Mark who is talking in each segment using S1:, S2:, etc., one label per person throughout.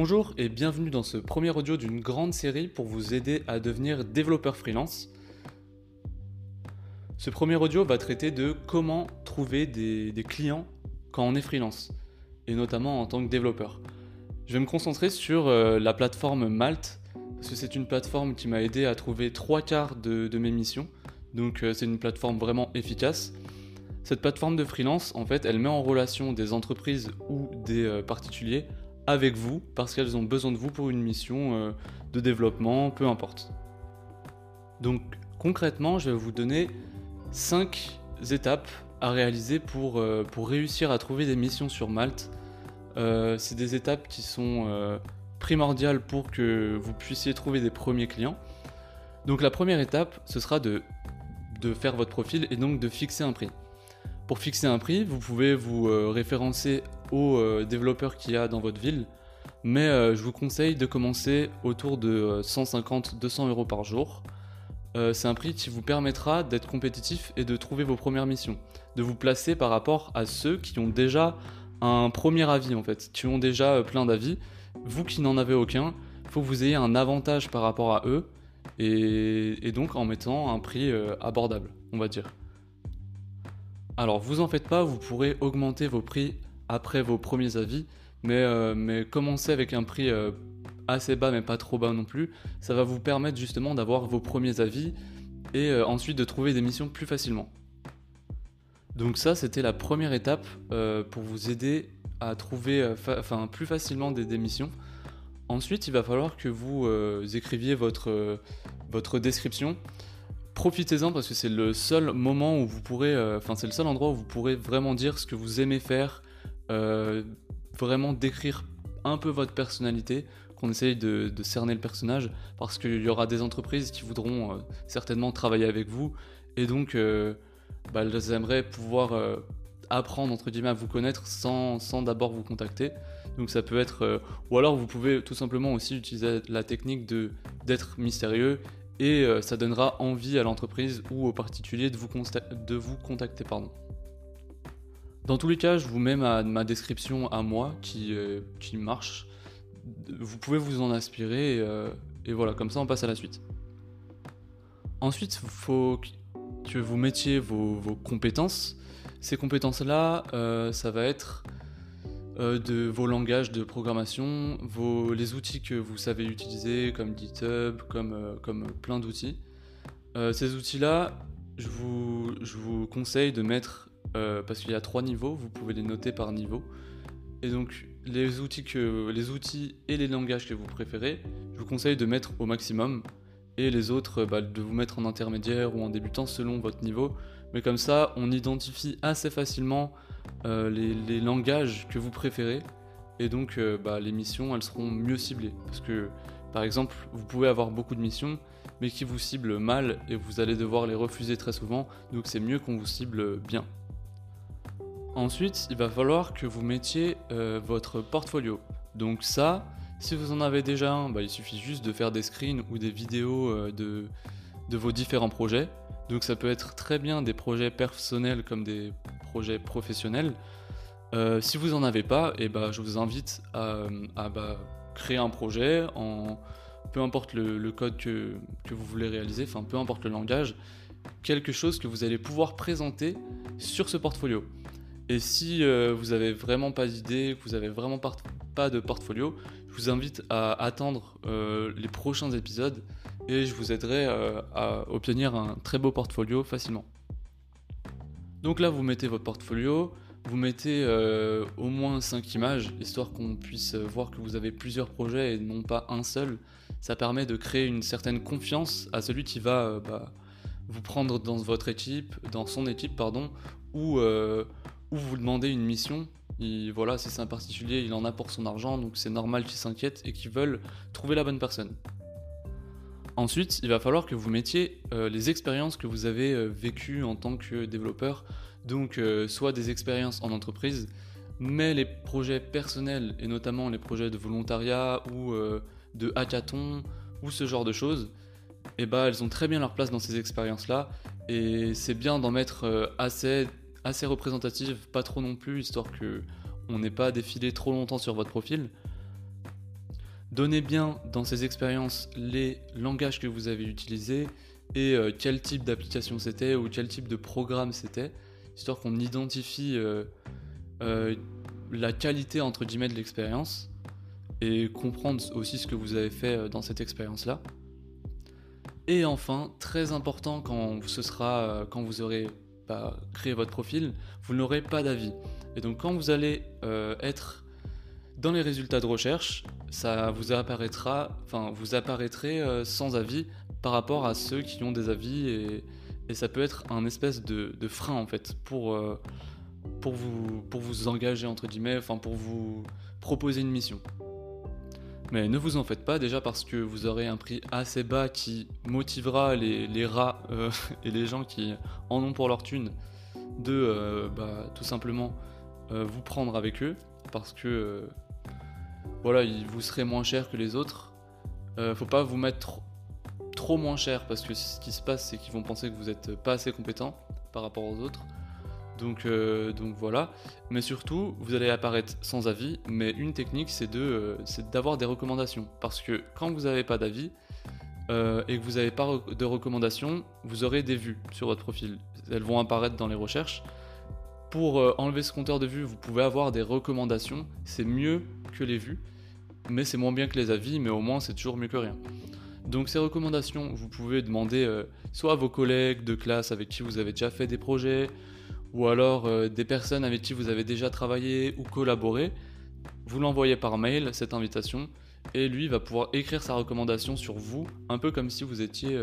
S1: Bonjour et bienvenue dans ce premier audio d'une grande série pour vous aider à devenir développeur freelance. Ce premier audio va traiter de comment trouver des clients quand on est freelance, et notamment en tant que développeur. Je vais me concentrer sur la plateforme Malt, parce que c'est une plateforme qui m'a aidé à trouver 3/4 de mes missions, donc c'est une plateforme vraiment efficace. Cette plateforme de freelance, en fait, elle met en relation des entreprises ou des particuliers avec vous, parce qu'elles ont besoin de vous pour une mission de développement, peu importe. Donc concrètement, je vais vous donner 5 étapes à réaliser pour réussir à trouver des missions sur Malte. C'est des étapes qui sont primordiales pour que vous puissiez trouver des premiers clients. Donc la première étape, ce sera de faire votre profil et donc de fixer un prix. Pour fixer un prix, vous pouvez vous référencer aux développeurs qu'il y a dans votre ville, mais je vous conseille de commencer autour de 150-200 € par jour. C'est un prix qui vous permettra d'être compétitif et de trouver vos premières missions, de vous placer par rapport à ceux qui ont déjà un premier avis en fait, qui ont déjà plein d'avis. Vous qui n'en avez aucun, il faut que vous ayez un avantage par rapport à eux, et donc en mettant un prix abordable, on va dire. Alors vous en faites pas, vous pourrez augmenter vos prix après vos premiers avis, mais commencez avec un prix assez bas mais pas trop bas non plus. Ça va vous permettre justement d'avoir vos premiers avis et ensuite de trouver des missions plus facilement. Donc ça c'était la première étape pour vous aider à trouver plus facilement des missions. Ensuite il va falloir que vous écriviez votre description. Profitez-en parce que c'est le seul moment où vous pourrez, c'est le seul endroit où vous pourrez vraiment dire ce que vous aimez faire, vraiment décrire un peu votre personnalité, qu'on essaye de cerner le personnage, parce qu'il y aura des entreprises qui voudront certainement travailler avec vous, et donc elles aimeraient pouvoir apprendre entre guillemets à vous connaître sans d'abord vous contacter. Donc ça peut être, ou alors vous pouvez tout simplement aussi utiliser la technique d'être mystérieux, et ça donnera envie à l'entreprise ou aux particuliers de vous contacter. Dans tous les cas, je vous mets ma description à moi qui marche. Vous pouvez vous en inspirer et voilà, comme ça on passe à la suite. Ensuite, il faut que vous mettiez vos compétences. Ces compétences-là, ça va être de vos langages de programmation, les outils que vous savez utiliser comme GitHub, comme plein d'outils. Ces outils-là, je vous conseille de mettre, parce qu'il y a 3 niveaux, vous pouvez les noter par niveau. Et donc les outils et les langages que vous préférez, je vous conseille de mettre au maximum, et les autres de vous mettre en intermédiaire ou en débutant selon votre niveau. Mais comme ça, on identifie assez facilement les langages que vous préférez, et donc les missions elles seront mieux ciblées, parce que par exemple vous pouvez avoir beaucoup de missions mais qui vous ciblent mal et vous allez devoir les refuser très souvent, donc c'est mieux qu'on vous cible bien. Ensuite il va falloir que vous mettiez votre portfolio. Donc ça, si vous en avez déjà un, il suffit juste de faire des screens ou des vidéos de vos différents projets. Donc ça peut être très bien des projets personnels comme des projets professionnels. Si vous n'en avez pas, je vous invite à créer un projet peu importe le code que vous voulez réaliser, peu importe le langage, quelque chose que vous allez pouvoir présenter sur ce portfolio. Et si vous n'avez vraiment pas d'idée, que vous n'avez vraiment pas de portfolio, je vous invite à attendre les prochains épisodes et je vous aiderai à obtenir un très beau portfolio facilement. Donc là, vous mettez votre portfolio, vous mettez au moins 5 images, histoire qu'on puisse voir que vous avez plusieurs projets et non pas un seul. Ça permet de créer une certaine confiance à celui qui va vous prendre dans son équipe, ou vous demandez une mission. Si c'est un particulier, il en a pour son argent, donc c'est normal qu'il s'inquiète et qu'il veuille trouver la bonne personne. Ensuite, il va falloir que vous mettiez les expériences que vous avez vécues en tant que développeur, donc soit des expériences en entreprise, mais les projets personnels et notamment les projets de volontariat ou de hackathon ou ce genre de choses, elles ont très bien leur place dans ces expériences-là, et c'est bien d'en mettre assez représentatives, pas trop non plus, histoire que on n'ait pas défilé trop longtemps sur votre profil. Donnez bien dans ces expériences les langages que vous avez utilisés et quel type d'application c'était ou quel type de programme c'était, histoire qu'on identifie la qualité entre guillemets de l'expérience et comprendre aussi ce que vous avez fait dans cette expérience-là. Et enfin, très important quand vous aurez créé votre profil, vous n'aurez pas d'avis. Et donc quand vous allez être dans les résultats de recherche, vous apparaîtrez sans avis par rapport à ceux qui ont des avis et ça peut être un espèce de frein en fait pour vous engager entre guillemets, pour vous proposer une mission. Mais ne vous en faites pas, déjà parce que vous aurez un prix assez bas qui motivera les rats et les gens qui en ont pour leur thune de tout simplement vous prendre avec eux, parce que vous serez moins cher que les autres. Faut pas vous mettre trop moins cher, parce que ce qui se passe, c'est qu'ils vont penser que vous n'êtes pas assez compétent par rapport aux autres. Donc voilà, mais surtout vous allez apparaître sans avis, mais une technique c'est d'avoir des recommandations, parce que quand vous n'avez pas d'avis et que vous n'avez pas de recommandations, vous aurez des vues sur votre profil, elles vont apparaître dans les recherches. Pour enlever ce compteur de vues, vous pouvez avoir des recommandations, c'est mieux que les vues, mais c'est moins bien que les avis, mais au moins c'est toujours mieux que rien. Donc ces recommandations, vous pouvez demander soit à vos collègues de classe avec qui vous avez déjà fait des projets, ou alors des personnes avec qui vous avez déjà travaillé ou collaboré. Vous l'envoyez par mail, cette invitation, et lui va pouvoir écrire sa recommandation sur vous, un peu comme si vous étiez,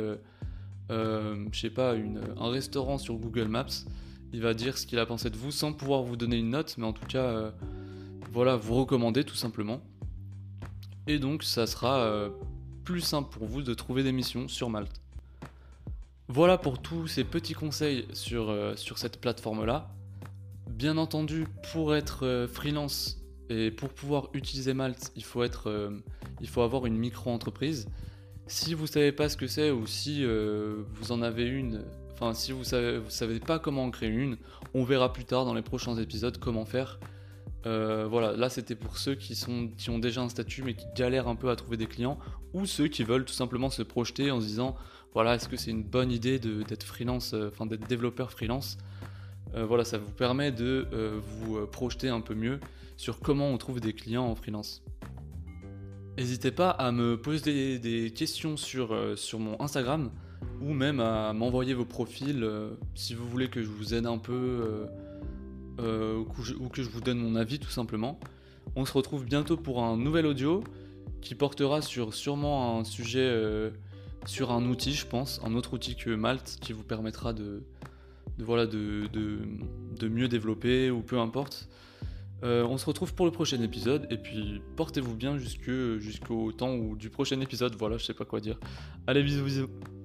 S1: un restaurant sur Google Maps. Il va dire ce qu'il a pensé de vous sans pouvoir vous donner une note, mais en tout cas, vous recommander tout simplement. Et donc ça sera plus simple pour vous de trouver des missions sur Malte. Voilà pour tous ces petits conseils sur cette plateforme-là. Bien entendu, pour être freelance et pour pouvoir utiliser Malte, il faut avoir une micro-entreprise. Si vous ne savez pas ce que c'est, ou si vous en avez une, si vous savez pas comment en créer une, on verra plus tard dans les prochains épisodes comment faire. Là c'était pour ceux qui ont déjà un statut mais qui galèrent un peu à trouver des clients, ou ceux qui veulent tout simplement se projeter en se disant est-ce que c'est une bonne idée d'être freelance, d'être développeur freelance. Ça vous permet de vous projeter un peu mieux sur comment on trouve des clients en freelance. N'hésitez pas à me poser des questions sur mon Instagram, ou même à m'envoyer vos profils si vous voulez que je vous aide un peu ou que je vous donne mon avis tout simplement. On se retrouve bientôt pour un nouvel audio qui portera sur sûrement un sujet sur un outil, je pense, un autre outil que Malte qui vous permettra de mieux développer, ou peu importe. On se retrouve pour le prochain épisode, et puis portez-vous bien jusqu'au temps du prochain épisode. Je sais pas quoi dire. Allez, bisous.